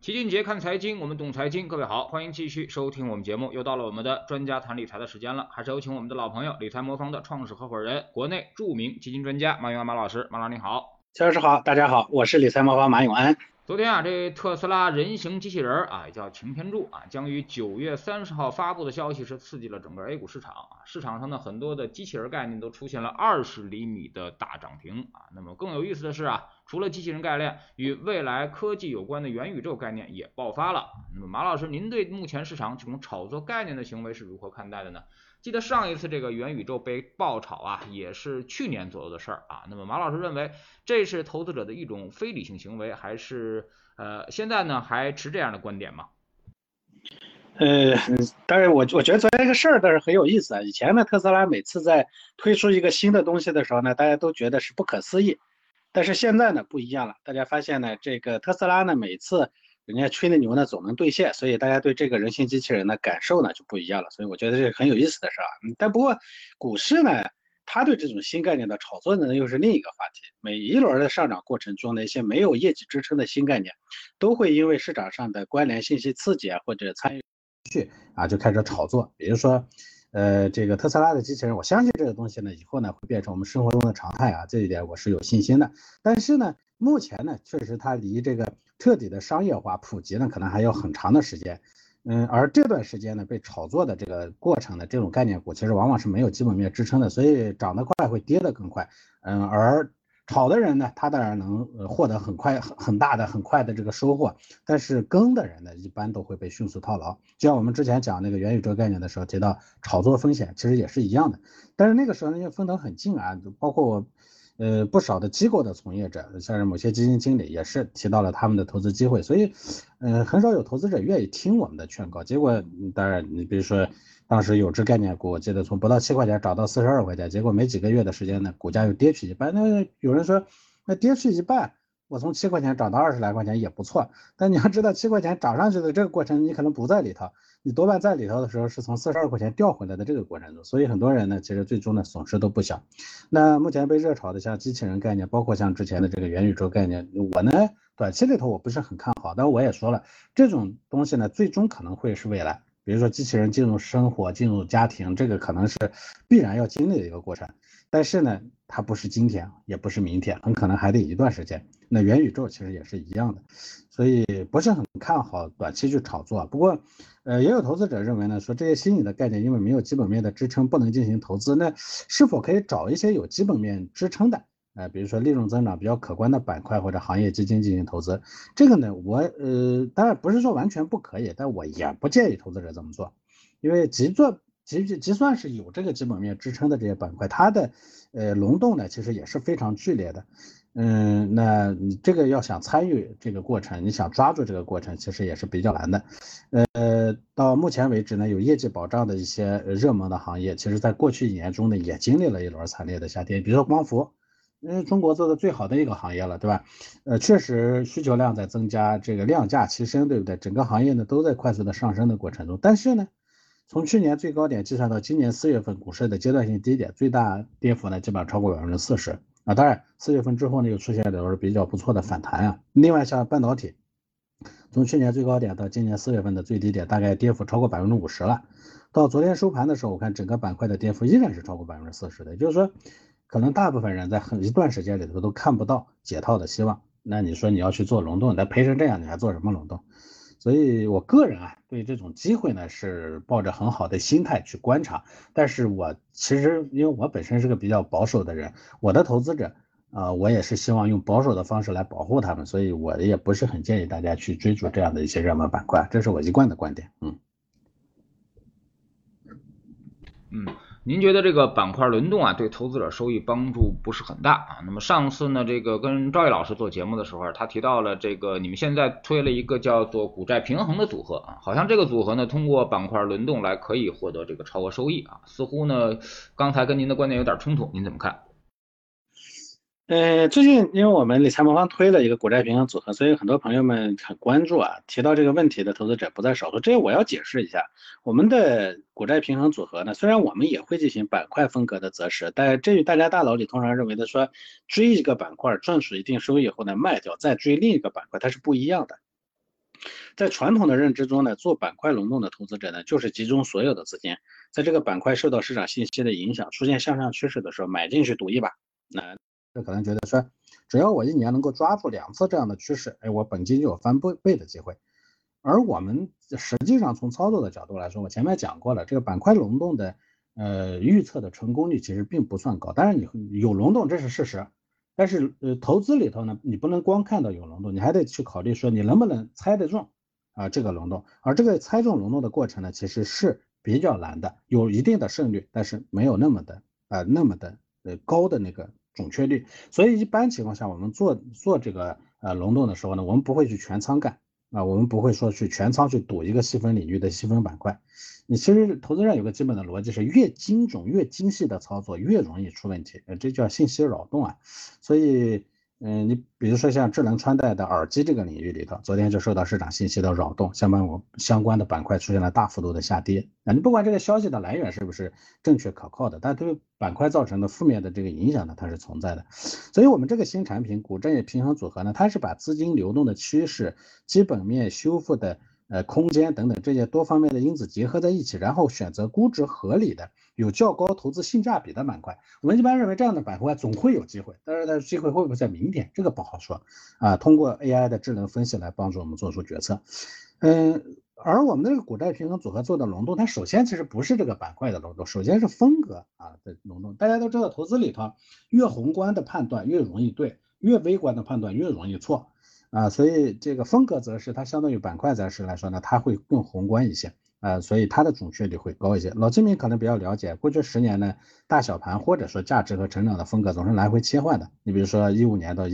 齐俊杰看财经，我们懂财经。各位好，欢迎继续收听我们节目。又到了我们的专家谈理财的时间了，还是有请我们的老朋友理财魔方的创始合伙人，国内著名基金专家马永安马老师。马老师你好。 肖老师好，大家好，我是理财魔方马永安。 昨天啊，这特斯拉人形机器人啊，也叫擎天柱啊，将于9月30号发布的消息是刺激了整个 A 股市场啊。市场上的很多的机器人概念都出现了20厘米的大涨停啊。那么更有意思的是啊，除了机器人概念，与未来科技有关的元宇宙概念也爆发了。那么马老师，您对目前市场这种炒作概念的行为是如何看待的呢？记得上一次这个元宇宙被爆炒啊，也是去年左右的事儿啊。那么马老师认为这是投资者的一种非理性行为，还是现在呢还持这样的观点吗？ 当然我觉得昨天这个事儿倒是很有意思啊。以前呢，特斯拉每次在推出一个新的东西的时候呢，大家都觉得是不可思议，但是现在呢不一样了，大家发现呢，这个特斯拉呢每次人家吹的牛呢总能兑现，所以大家对这个人形机器人的感受呢就不一样了，所以我觉得这是很有意思的事啊。但不过股市呢，它对这种新概念的炒作呢又是另一个话题。每一轮的上涨过程中的一些没有业绩支撑的新概念，都会因为市场上的关联信息刺激啊或者参与啊就开始炒作。比如说这个特斯拉的机器人，我相信这个东西呢，以后呢会变成我们生活中的常态啊，这一点我是有信心的。但是呢，目前呢，确实它离这个彻底的商业化普及呢，可能还有很长的时间。而这段时间呢，被炒作的这个过程呢，这种概念股其实往往是没有基本面支撑的，所以涨得快会跌得更快。而炒的人呢，他当然能获得很快很大的很快的这个收获，但是跟的人呢，一般都会被迅速套牢。就像我们之前讲那个元宇宙概念的时候提到炒作风险，其实也是一样的。但是那个时候呢，因为分得很近啊，包括我不少的机构的从业者，像是某些基金经理也是提到了他们的投资机会，所以很少有投资者愿意听我们的劝告。结果当然你比如说当时有只概念股，我记得从不到7块钱涨到42块钱，结果没几个月的时间呢，股价又跌去一半。那有人说那跌去一半，我从7块钱涨到20来块钱也不错，但你要知道7块钱涨上去的这个过程，你可能不在里头，你多半在里头的时候是从42块钱掉回来的这个过程中，所以很多人呢，其实最终的损失都不小。那目前被热炒的像机器人概念，包括像之前的这个元宇宙概念，我呢短期里头我不是很看好，但我也说了，这种东西呢，最终可能会是未来。比如说机器人进入生活、进入家庭，这个可能是必然要经历的一个过程。但是呢，它不是今天，也不是明天，很可能还得一段时间。那元宇宙其实也是一样的，所以不是很看好短期去炒作。不过，也有投资者认为呢，说这些新颖的概念因为没有基本面的支撑，不能进行投资。那是否可以找一些有基本面支撑的？比如说利润增长比较可观的板块或者行业基金进行投资，这个呢，我当然不是说完全不可以，但我也不建议投资者这么做，因为即算是有这个基本面支撑的这些板块，它的轮动呢其实也是非常剧烈的。那你这个要想参与这个过程，你想抓住这个过程，其实也是比较难的。到目前为止呢，有业绩保障的一些热门的行业，其实在过去1年中呢，也经历了一轮惨烈的下跌。比如说光伏，中国做的最好的一个行业了，对吧？确实需求量在增加，这个量价齐升，对不对？整个行业呢都在快速的上升的过程中，但是呢，从去年最高点计算到今年4月份股市的阶段性低点，最大跌幅呢基本上超过40%啊。当然4月份之后呢又出现了比较不错的反弹啊。另外像半导体，从去年最高点到今年4月份的最低点，大概跌幅超过50%了。到昨天收盘的时候，我看整个板块的跌幅依然是超过40%的，也就是说，可能大部分人在一段时间里头都看不到解套的希望。那你说你要去做轮动，那赔成这样，你还做什么轮动？所以我个人啊，对这种机会呢是抱着很好的心态去观察。但是我其实因为我本身是个比较保守的人，我的投资者我也是希望用保守的方式来保护他们，所以我也不是很建议大家去追逐这样的一些热门板块，这是我一贯的观点。 嗯，您觉得这个板块轮动啊，对投资者收益帮助不是很大啊？那么上次呢，这个跟赵毅老师做节目的时候，他提到了这个你们现在推了一个叫做股债平衡的组合啊，好像这个组合呢，通过板块轮动来可以获得这个超额收益啊，似乎呢，刚才跟您的观点有点冲突，您怎么看？ 最近因为我们理财魔方推了一个股债平衡组合，所以很多朋友们很关注啊。提到这个问题的投资者不在少数，这我要解释一下。我们的股债平衡组合呢，虽然我们也会进行板块风格的择时，但这与大家大脑里通常认为的说追一个板块赚取一定收益以后呢卖掉，再追另一个板块，它是不一样的。 在传统的认知中呢，做板块轮动的投资者呢，就是集中所有的资金，在这个板块受到市场信息的影响，出现向上趋势的时候，买进去赌一把。那这可能觉得说，只要我一年能够抓住2次这样的趋势，哎，我本金就有翻倍的机会。而我们实际上从操作的角度来说，我前面讲过了，这个板块轮动的预测的成功率其实并不算高。当然你有轮动这是事实，但是投资里头呢，你不能光看到有轮动，你还得去考虑说你能不能猜得中这个轮动。而这个猜中轮动的过程呢，其实是比较难的，有一定的胜率，但是没有那么的高的那个准确率。所以一般情况下，我们做这个轮动的时候呢，我们不会去全仓干。我们不会说去全仓去赌一个细分领域的细分板块。你其实投资上有个基本的逻辑是，越精准越精细的操作越容易出问题，这叫信息扰动啊。所以你比如说像智能穿戴的耳机这个领域里头，昨天就受到市场信息的扰动，相关的板块出现了大幅度的下跌。你不管这个消息的来源是不是正确可靠的，但对板块造成的负面的这个影响呢，它是存在的。所以我们这个新产品股债平衡组合呢，它是把资金流动的趋势、基本面修复的空间等等这些多方面的因子结合在一起，然后选择估值合理的、有较高投资性价比的板块。我们一般认为这样的板块总会有机会，但是它的机会会不会在明天，这个不好说通过 AI 的智能分析来帮助我们做出决策。而我们这个股债平衡组合做的轮动，它首先其实不是这个板块的轮动，首先是风格的轮动。大家都知道，投资里头越宏观的判断越容易对，越微观的判断越容易错所以这个风格则是它相对于板块则是来说呢，它会更宏观一些所以它的准确率会高一些。老金明可能比较了解，过去10年呢，大小盘或者说价值和成长的风格总是来回切换的。你比如说12年到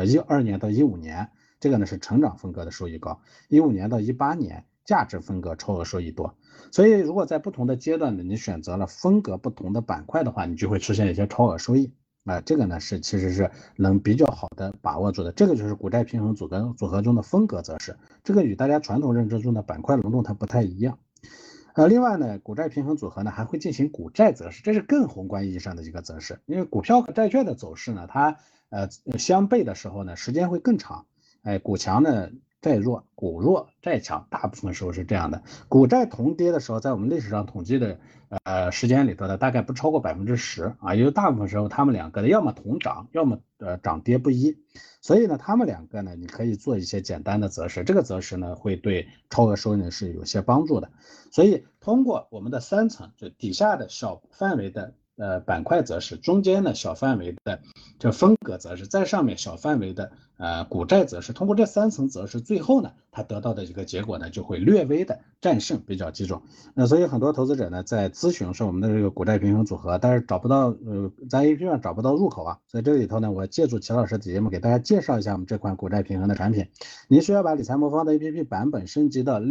15年，这个呢是成长风格的收益高；15年到18年。价值风格超额收益多，所以如果在不同的阶段呢，你选择了风格不同的板块的话，你就会出现一些超额收益这个呢其实是能比较好的把握住的，这个就是股债平衡组合中的风格则是，这个与大家传统认知中的板块轮动它不太一样。另外呢，股债平衡组合呢还会进行股债择时，这是更宏观意义上的一个择时，因为股票和债券的走势呢，它相悖的时候呢，时间会更长，股强呢债弱，股弱债强，大部分时候是这样的。股债同跌的时候，在我们历史上统计的时间里头呢，大概不超过10%因为大部分时候他们两个的要么同涨，要么涨跌不一。所以呢，他们两个呢，你可以做一些简单的择时，这个择时呢，会对超额收益呢是有些帮助的。所以通过我们的3层，就底下的小范围的板块择时，中间呢小范围的这风格择时，在上面小范围的股债择时，通过这3层择时，最后呢，它得到的一个结果呢，就会略微的战胜比较集中。所以很多投资者呢在咨询说我们的这个股债平衡组合，但是找不到在 APP 上找不到入口所以这里头呢，我借助齐老师的节目给大家介绍一下我们这款股债平衡的产品。您需要把理财魔方的 APP 版本升级到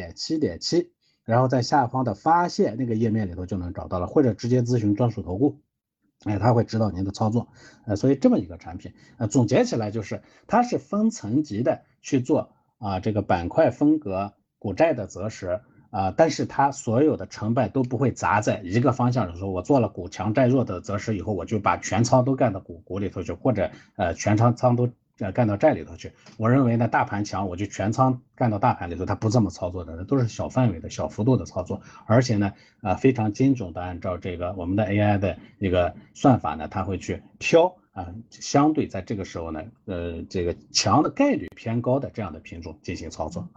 6.7.7。然后在下方的发现那个页面里头就能找到了，或者直接咨询专属投顾，他会指导您的操作，所以这么一个产品，总结起来就是它是分层级的去做这个板块风格股债的择时但是它所有的成本都不会砸在一个方向上，说我做了股强债弱的择时以后，我就把全仓都干到股里头去，或者全仓都干到债里头去。我认为呢，大盘强我就全仓干到大盘里头，它不这么操作的，都是小范围的小幅度的操作，而且呢非常精准的按照这个我们的 AI 的一个算法呢，它会去挑相对在这个时候呢这个强的概率偏高的这样的品种进行操作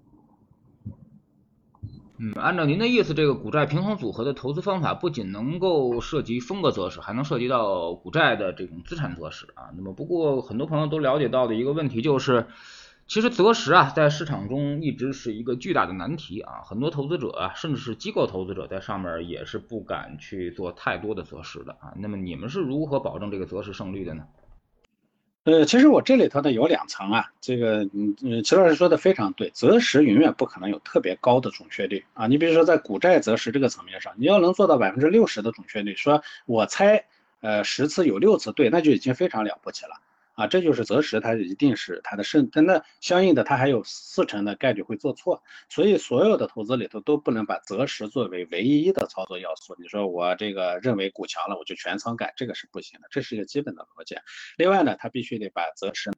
按照您的意思，这个股债平衡组合的投资方法不仅能够涉及风格择时，还能涉及到股债的这种资产择时那么不过很多朋友都了解到的一个问题就是，其实择时在市场中一直是一个巨大的难题很多投资者甚至是机构投资者在上面也是不敢去做太多的择时的那么你们是如何保证这个择时胜率的呢？ 其实我这里头呢有2层这个齐老师说的非常对，择时永远不可能有特别高的准确率你比如说在股债择时这个层面上，你要能做到60%的准确率，说我猜10次有6次对，那就已经非常了不起了这就是择时，它一定是它的但那相应的它还有40%的概率会做错，所以所有的投资里头都不能把择时作为唯一的操作要素。你说我这个认为股强了，我就全仓干，这个是不行的，这是一个基本的逻辑。另外呢，它必须得把择时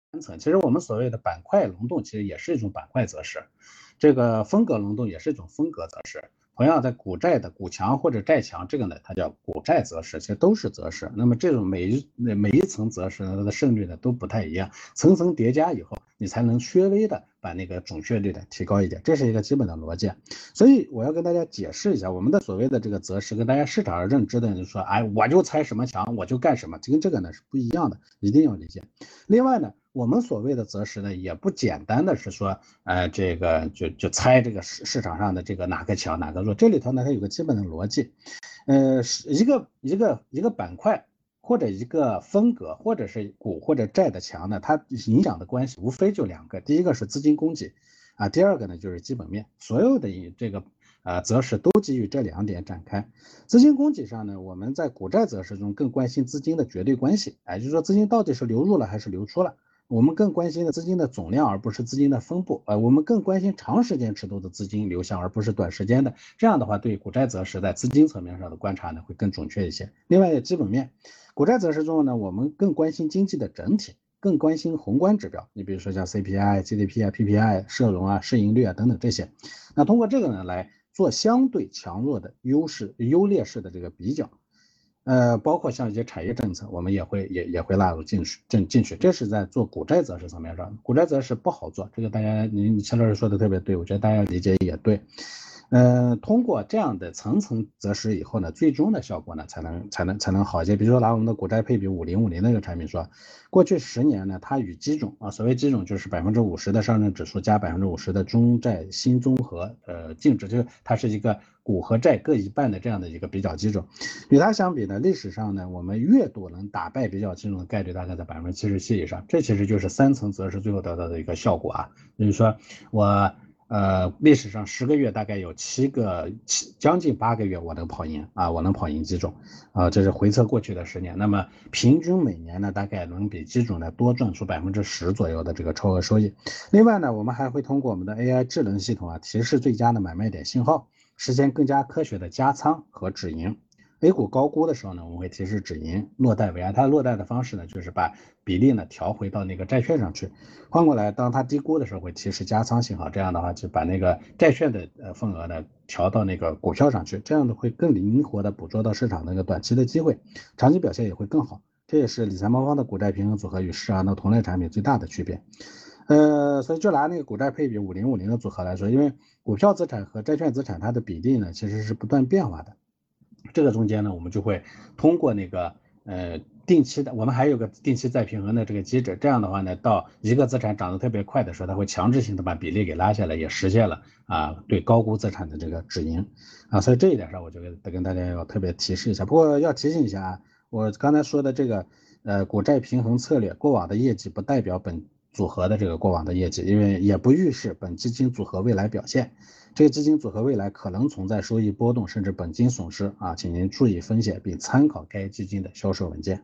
层。其实我们所谓的板块轮动，其实也是一种板块择时，这个风格轮动也是一种风格择时。同样在股债的股强或者债强，这个呢它叫股债择时，其实都是择时。那么这种每一层择时呢，它的胜率呢都不太一样，层层叠加以后，你才能略微的把那个准确率的提高一点，这是一个基本的逻辑。所以我要跟大家解释一下，我们的所谓的这个择时跟大家市场上认知的就是说，哎，我就猜什么强我就干什么，跟这个呢是不一样的，一定要理解。另外呢，我们所谓的择时呢，也不简单的是说，这个就猜这个市场上的这个哪个强哪个弱，这里头呢它有个基本的逻辑，是一个板块或者一个风格或者是股或者债的强呢，它影响的关系无非就两个，第一个是资金供给啊，第二个呢就是基本面，所有的这个择时都基于这两点展开。资金供给上呢，我们在股债择时中更关心资金的绝对关系，就是说资金到底是流入了还是流出了。我们更关心的资金的总量，而不是资金的分布。我们更关心长时间尺度的资金流向，而不是短时间的。这样的话，对股债择时在资金层面上的观察呢，会更准确一些。另外，基本面，股债择时中呢，我们更关心经济的整体，更关心宏观指标。你比如说像 CPI、GDP 啊、PPI、社融啊、市盈率啊等等这些。那通过这个呢，来做相对强弱的优劣势的这个比较。包括像一些产业政策，我们也会纳入进去，这是在做股债择时层面上，股债择时不好做，这个大家你陈老师说的特别对，我觉得大家理解也对。通过这样的层层择时以后呢，最终的效果呢才能好一些。比如说拿我们的股债配比5050那个产品说，过去10年呢，它与基准啊，所谓基准就是50%的上证指数加50%的中债新综合净值，就是它是一个股和债各一半的这样的一个比较基准。与它相比呢，历史上呢，我们月度能打败比较基准的概率大概在77%以上，这其实就是3层择时最后得到的一个效果啊。就是说我历史上10个月大概有将近8个月我能跑赢啊，我能跑赢基准啊，这是回测过去的10年。那么平均每年呢，大概能比基准呢多赚出10%左右的这个超额收益。另外呢，我们还会通过我们的 AI 智能系统啊，提示最佳的买卖点信号，实现更加科学的加仓和止盈。A 股高估的时候呢，我们会提示止盈，落袋为安。它落袋的方式呢，就是把比例呢调回到那个债券上去。换过来，当它低估的时候，会提示加仓信号。这样的话，就把那个债券的份额呢调到那个股票上去，这样的会更灵活的捕捉到市场那个短期的机会，长期表现也会更好。这也是理财魔方的股债平衡组合与市场的同类产品最大的区别。所以就拿那个股债配比5050的组合来说，因为股票资产和债券资产它的比例呢其实是不断变化的。这个中间呢，我们就会通过那个定期的，我们还有个定期再平衡的这个机制，这样的话呢，到一个资产涨得特别快的时候，它会强制性的把比例给拉下来，也实现了对高估资产的这个止盈所以这一点上，我觉得跟大家要特别提示一下。不过要提醒一下啊，我刚才说的这个股债平衡策略，过往的业绩不代表本组合的这个过往的业绩，因为也不预示本基金组合未来表现。这个基金组合未来可能存在收益波动甚至本金损失请您注意风险并参考该基金的销售文件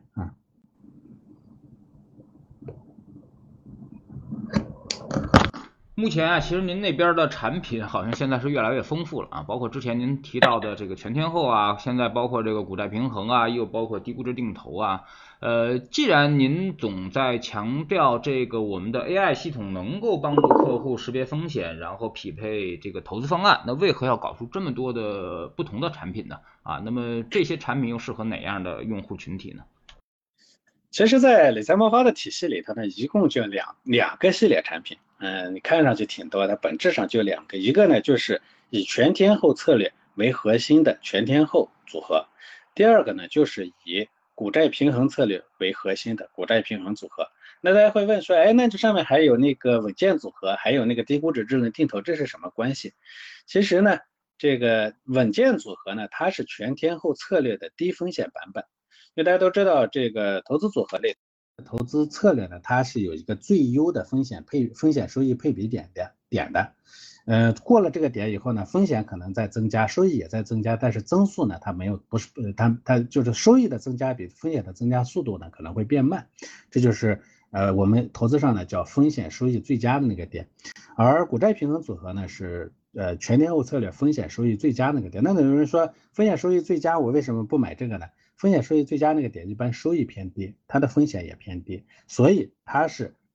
目前其实您那边的产品好像现在是越来越丰富了包括之前您提到的这个全天候现在包括这个股债平衡又包括低估值定投既然您总在强调这个我们的 AI 系统能够帮助客户识别风险，然后匹配这个投资方案，那为何要搞出这么多的不同的产品呢？那么这些产品又适合哪样的用户群体呢？ 其实，在理财魔方的体系里头呢，一共就两个系列产品，你看上去挺多的，本质上就2个，一个呢就是以全天候策略为核心的全天候组合，第二个呢就是以股债平衡策略为核心的股债平衡组合。那大家会问说，那这上面还有那个稳健组合，还有那个低估值智能定投，这是什么关系？其实呢，这个稳健组合呢，它是全天候策略的低风险版本。因为大家都知道，这个投资组合类投资策略呢，它是有一个最优的风险收益配比点的。过了这个点以后呢，风险可能在增加，收益也在增加，但是增速呢，它没有不是它就是收益的增加比风险的增加速度呢可能会变慢，这就是我们投资上呢叫风险收益最佳的那个点，而股债平衡组合呢是全天候策略风险收益最佳那个点。那有人说风险收益最佳，我为什么不买这个呢？风险收益最佳那个点一般收益偏低，它的风险也偏低，所以它是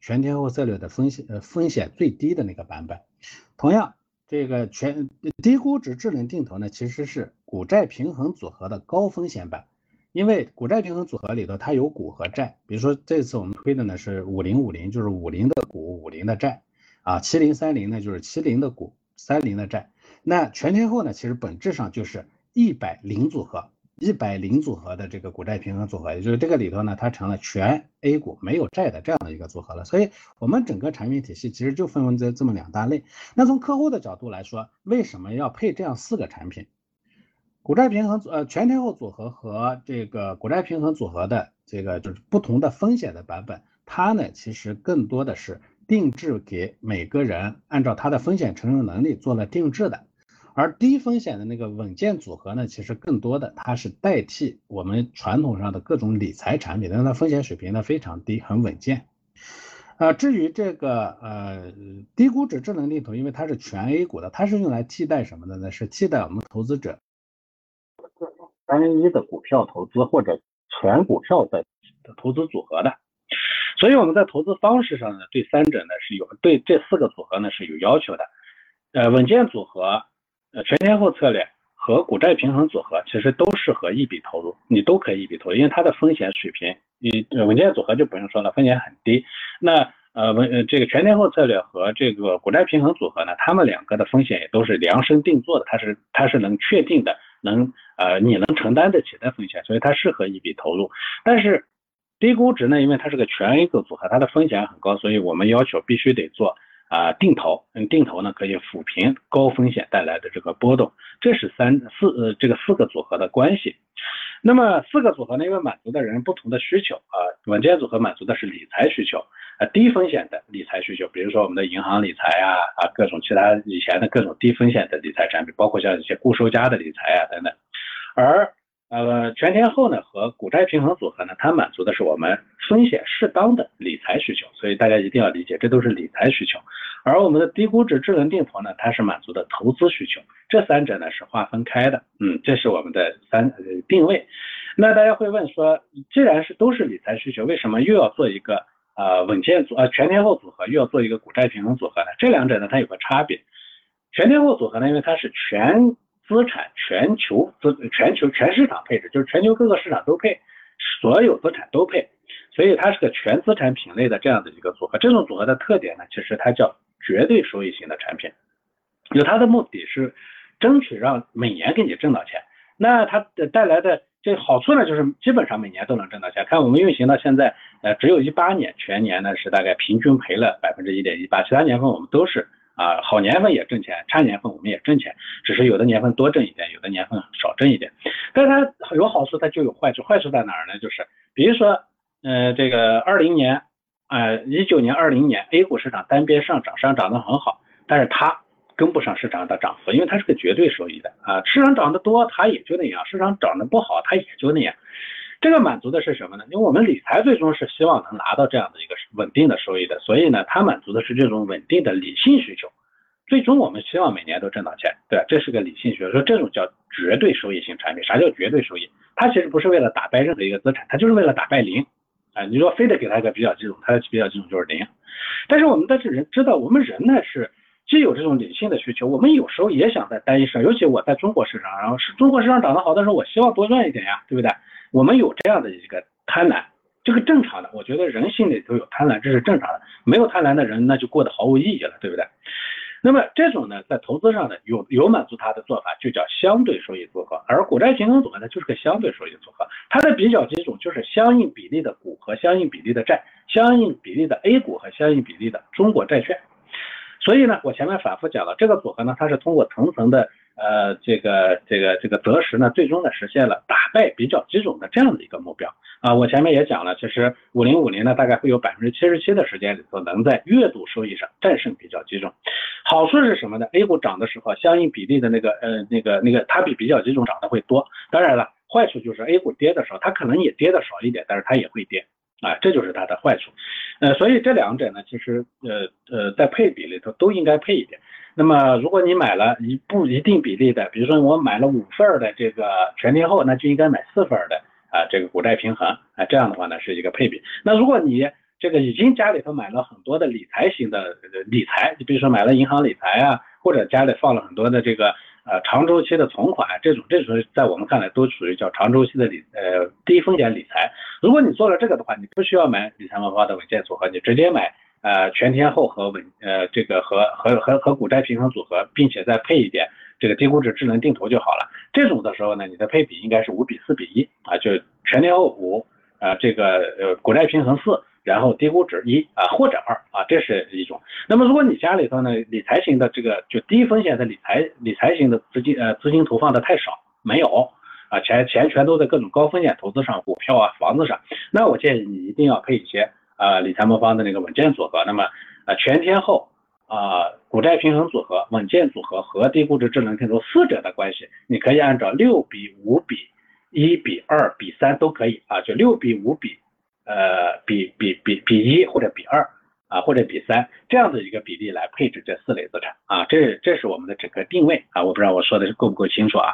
全天候策略的风险最低的那个版本。同样，这个低估值智能定投呢，其实是股债平衡组合的高风险版。因为股债平衡组合里头它有股和债，比如说这次我们推的呢是5050，就是50的股50的债啊，7030呢就是70的股30的债。那全天候呢其实本质上就是100组合的这个股债平衡组合，也就是这个里头呢它成了全 A 股没有债的这样的一个组合了。所以我们整个产品体系其实就分为这么2大类。那从客户的角度来说，为什么要配这样4个产品？股债平衡全天候组合和这个股债平衡组合的这个就是不同的风险的版本，它呢其实更多的是定制给每个人，按照他的风险承受能力做了定制的。而低风险的那个稳健组合呢，其实更多的它是代替我们传统上的各种理财产品，但是它风险水平呢非常低，很稳健。至于这个低估值智能定投，因为它是全 A 股的，它是用来替代什么的呢？是替代我们投资者单一的股票投资或者全股票的投资组合的。所以我们在投资方式上呢，对3者呢是有对这4个组合呢是有要求的。稳健组合、全天候策略和股债平衡组合其实都适合一笔投入，你都可以一笔投入，因为它的风险水平，稳健组合就不用说了，风险很低。那这个全天候策略和这个股债平衡组合呢，它们2个的风险也都是量身定做的，它是能确定的，你能承担得起的风险，所以它适合一笔投入。但是低估值呢，因为它是个全 A 股组合，它的风险很高，所以我们要求必须得做定投。定投呢可以抚平高风险带来的这个波动，这是这个4个组合的关系。那么4个组合呢，因为满足的人不同的需求稳健组合满足的是理财需求，低风险的理财需求，比如说我们的银行理财各种其他以前的各种低风险的理财产品，包括像一些固收加的理财等等。而全天候呢和股债平衡组合呢，它满足的是我们风险适当的理财需求，所以大家一定要理解，这都是理财需求。而我们的低估值智能定投呢，它是满足的投资需求，这3者呢是划分开的。这是我们的定位。那大家会问说，既然都是理财需求，为什么又要做一个全天候组合，又要做一个股债平衡组合呢？这2者呢它有个差别。全天候组合呢，因为它是全资产全市场配置，就是全球各个市场都配，所有资产都配，所以它是个全资产品类的这样的一个组合。这种组合的特点呢，其实它叫绝对收益型的产品，它的目的是争取让每年给你挣到钱。那它带来的这好处呢，就是基本上每年都能挣到钱。看我们运行到现在，只有18年全年呢是大概平均赔了1.18%，其他年份我们都是好年份也挣钱，差年份我们也挣钱，只是有的年份多挣一点，有的年份少挣一点。但是它有好处，它就有坏处。坏处在哪儿呢？就是比如说这个20年19年20年 A 股市场单边上涨得很好，但是它跟不上市场的涨幅，因为它是个绝对收益的市场涨得多它也就那样，市场涨得不好它也就那样。这个满足的是什么呢？因为我们理财最终是希望能拿到这样的一个稳定的收益的，所以呢它满足的是这种稳定的理性需求。最终我们希望每年都挣到钱，对吧？这是个理性需求，说这种叫绝对收益型产品。啥叫绝对收益？它其实不是为了打败任何一个资产，它就是为了打败零你说非得给它一个比较基础，它的比较基础就是零。但是我们人知道，我们人呢是既有这种理性的需求，我们有时候也想在单一市场，尤其我在中国市场，然后中国市场涨得好的时候，我希望多赚一点呀，对不对？我们有这样的一个贪婪，这个正常的，我觉得人心里都有贪婪，这是正常的。没有贪婪的人，那就过得毫无意义了，对不对？那么这种呢，在投资上呢，有满足它的做法，就叫相对收益组合。而股债平衡组合呢，就是个相对收益组合。它的比较几种就是相应比例的股和相应比例的债，相应比例的 A 股和相应比例的中国债券。所以呢，我前面反复讲了，这个组合呢，它是通过层层的这个择时呢，最终呢实现了打败比较几种的这样的一个目标我前面也讲了，其实5050呢，大概会有77%的时间里头能在月度收益上战胜比较几种。好处是什么呢？ A 股涨的时候，相应比例的那个它比比较几种涨得会多。当然了，坏处就是 A 股跌的时候，它可能也跌的少一点，但是它也会跌这就是它的坏处。所以这2者呢，其实在配比里头都应该配一点。那么如果你买了不一定比例的，比如说我买了5份的这个全天候，那就应该买4份的这个股债平衡这样的话呢是一个配比。那如果你这个已经家里头买了很多的理财型的理财，就比如说买了银行理财啊，或者家里放了很多的这个长周期的存款，这种在我们看来都属于叫长周期的低风险理财。如果你做了这个的话，你不需要买理财魔方的稳健组合，你直接买全天候和这个和股债平衡组合，并且再配一点这个低估值智能定投就好了。这种的时候呢，你的配比应该是5:4:1啊，就是全天候5这个股债平衡4，然后低估值1啊或者2啊，这是一种。那么如果你家里头呢理财型的这个就低风险的理财型的资金投放的太少，没有啊，钱全都在各种高风险投资上，股票啊房子上，那我建议你一定要配一些理财魔方的那个稳健组合。那么全天候股债平衡组合、稳健组合和低估值智能定投4者的关系，你可以按照6:5:1:2:3都可以啊，就6:5:1或者比2啊，或者比3这样的一个比例来配置这4类资产啊，这是我们的整个定位啊，我不知道我说的够不够清楚啊？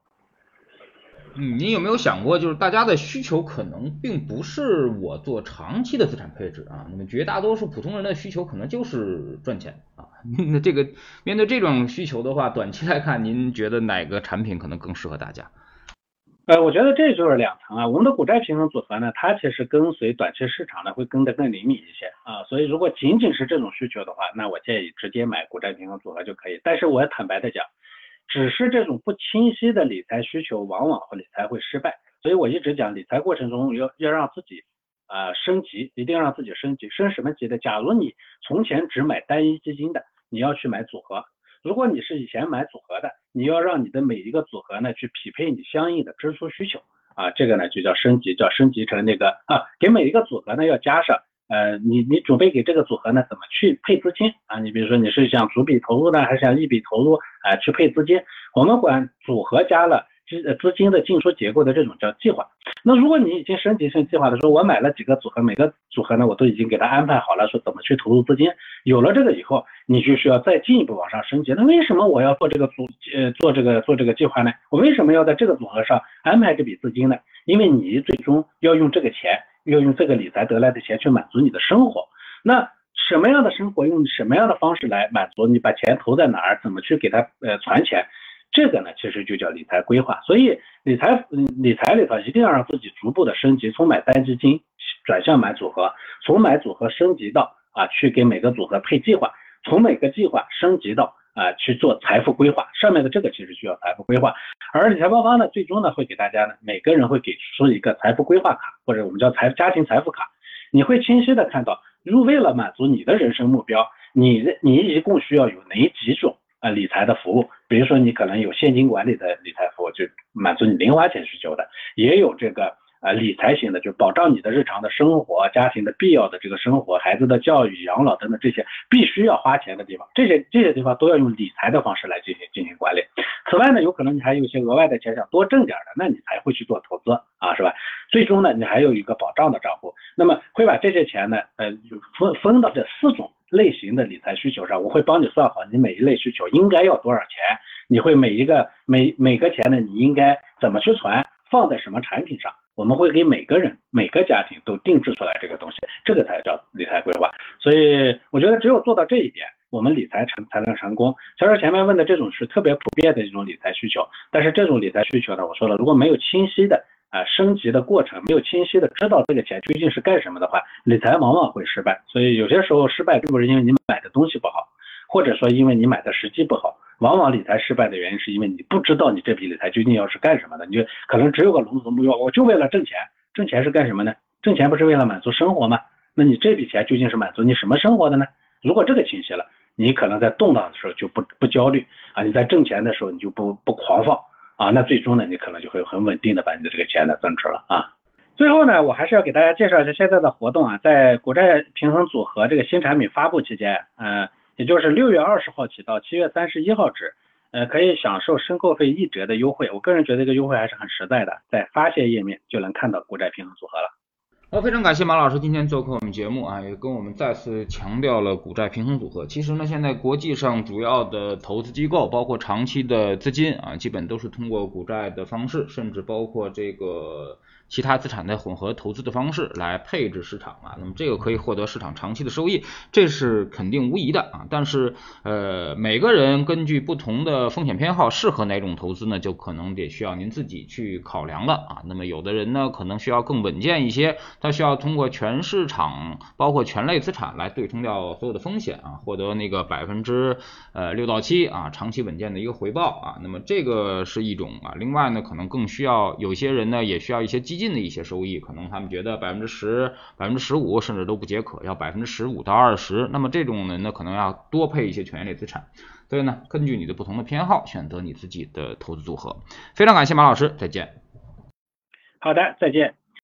你有没有想过，就是大家的需求可能并不是我做长期的资产配置啊，那么绝大多数普通人的需求可能就是赚钱啊。那这个面对这种需求的话，短期来看，您觉得哪个产品可能更适合大家？ 我觉得这就是2层啊。我们的股债平衡组合呢，它其实跟随短期市场呢会跟得更灵敏一些啊，所以如果仅仅是这种需求的话，那我建议直接买股债平衡组合就可以。但是我坦白的讲，只是这种不清晰的理财需求，往往理财会失败。所以我一直讲，理财过程中要让自己升级，一定要让自己升级。升什么级的？假如你从前只买单一基金的，你要去买组合。如果你是以前买组合的，你要让你的每一个组合呢去匹配你相应的支出需求啊，这个呢就叫升级，叫升级成那个给每一个组合呢要加上你准备给这个组合呢怎么去配资金啊？你比如说你是想逐笔投入呢，还是想一笔投入去配资金？我们管组合加了资金的进出结构的这种叫计划。那如果你已经升级成计划的时候，我买了几个组合，每个组合呢我都已经给它安排好了，说怎么去投入资金。有了这个以后，你就需要再进一步往上升级。那为什么我要做这个做这个计划呢？我为什么要在这个组合上安排这笔资金呢？因为你最终要用这个钱，要用这个理财得来的钱去满足你的生活。那什么样的生活用什么样的方式来满足？你把钱投在哪儿？怎么去给它传钱？这个呢，其实就叫理财规划。所以理财里头一定要让自己逐步的升级，从买单基金转向买组合，从买组合升级到去给每个组合配计划，从每个计划升级到去做财富规划。上面的这个其实需要财富规划，而理财魔方呢，最终呢会给大家呢，每个人会给出一个财富规划卡，或者我们叫家庭财富卡。你会清晰的看到，为了满足你的人生目标，你一共需要有哪几种理财的服务。比如说你可能有现金管理的理财服务，就满足你零花钱需求的，也有这个理财型的，就保障你的日常的生活、家庭的必要的这个生活、孩子的教育、养老等等这些必须要花钱的地方，这些地方都要用理财的方式来进行管理。此外呢，有可能你还有一些额外的钱想多挣点的，那你才会去做投资是吧？最终呢，你还有一个保障的账户，那么会把这些钱呢分到这4种类型的理财需求上，我会帮你算好你每一类需求应该要多少钱，你会每个钱呢，你应该怎么去存，放在什么产品上，我们会给每个人每个家庭都定制出来这个东西，这个才叫理财规划。所以我觉得只有做到这一点，我们理财才能成功。乔治前面问的这种是特别普遍的一种理财需求，但是这种理财需求呢，我说了，如果没有清晰的升级的过程，没有清晰的知道这个钱究竟是干什么的话，理财往往会失败。所以有些时候失败并不是因为你买的东西不好，或者说因为你买的时机不好，往往理财失败的原因是因为你不知道你这笔理财究竟要是干什么的，你就可能只有个笼统的目标，我就为了挣钱。挣钱是干什么呢？挣钱不是为了满足生活吗？那你这笔钱究竟是满足你什么生活的呢？如果这个清晰了，你可能在动荡的时候就不焦虑你在挣钱的时候你就不狂放那最终呢，你可能就会很稳定的把你的这个钱呢增值了最后呢，我还是要给大家介绍一下现在的活动在股债平衡组合这个新产品发布期间也就是6月20号起到7月31号止可以享受申购费1折的优惠。我个人觉得这个优惠还是很实在的，在发现页面就能看到股债平衡组合了。 非常感谢马老师今天做客我们节目也跟我们再次强调了股债平衡组合。其实呢，现在国际上主要的投资机构，包括长期的资金基本都是通过股债的方式，甚至包括这个其他资产的混合投资的方式来配置市场啊，那么这个可以获得市场长期的收益，这是肯定无疑的啊。但是每个人根据不同的风险偏好适合哪种投资呢，就可能得需要您自己去考量了啊。那么有的人呢可能需要更稳健一些，他需要通过全市场包括全类资产来对冲掉所有的风险啊，获得那个6%到7%啊长期稳健的一个回报啊。那么这个是一种啊。另外呢可能更需要有些人呢也需要一些激进的一些收益，可能他们觉得10%、15%甚至都不解渴，要15%到20%，那么这种人呢可能要多配一些权益类资产。所以呢根据你的不同的偏好选择你自己的投资组合。非常感谢马老师，再见。 好的，再见。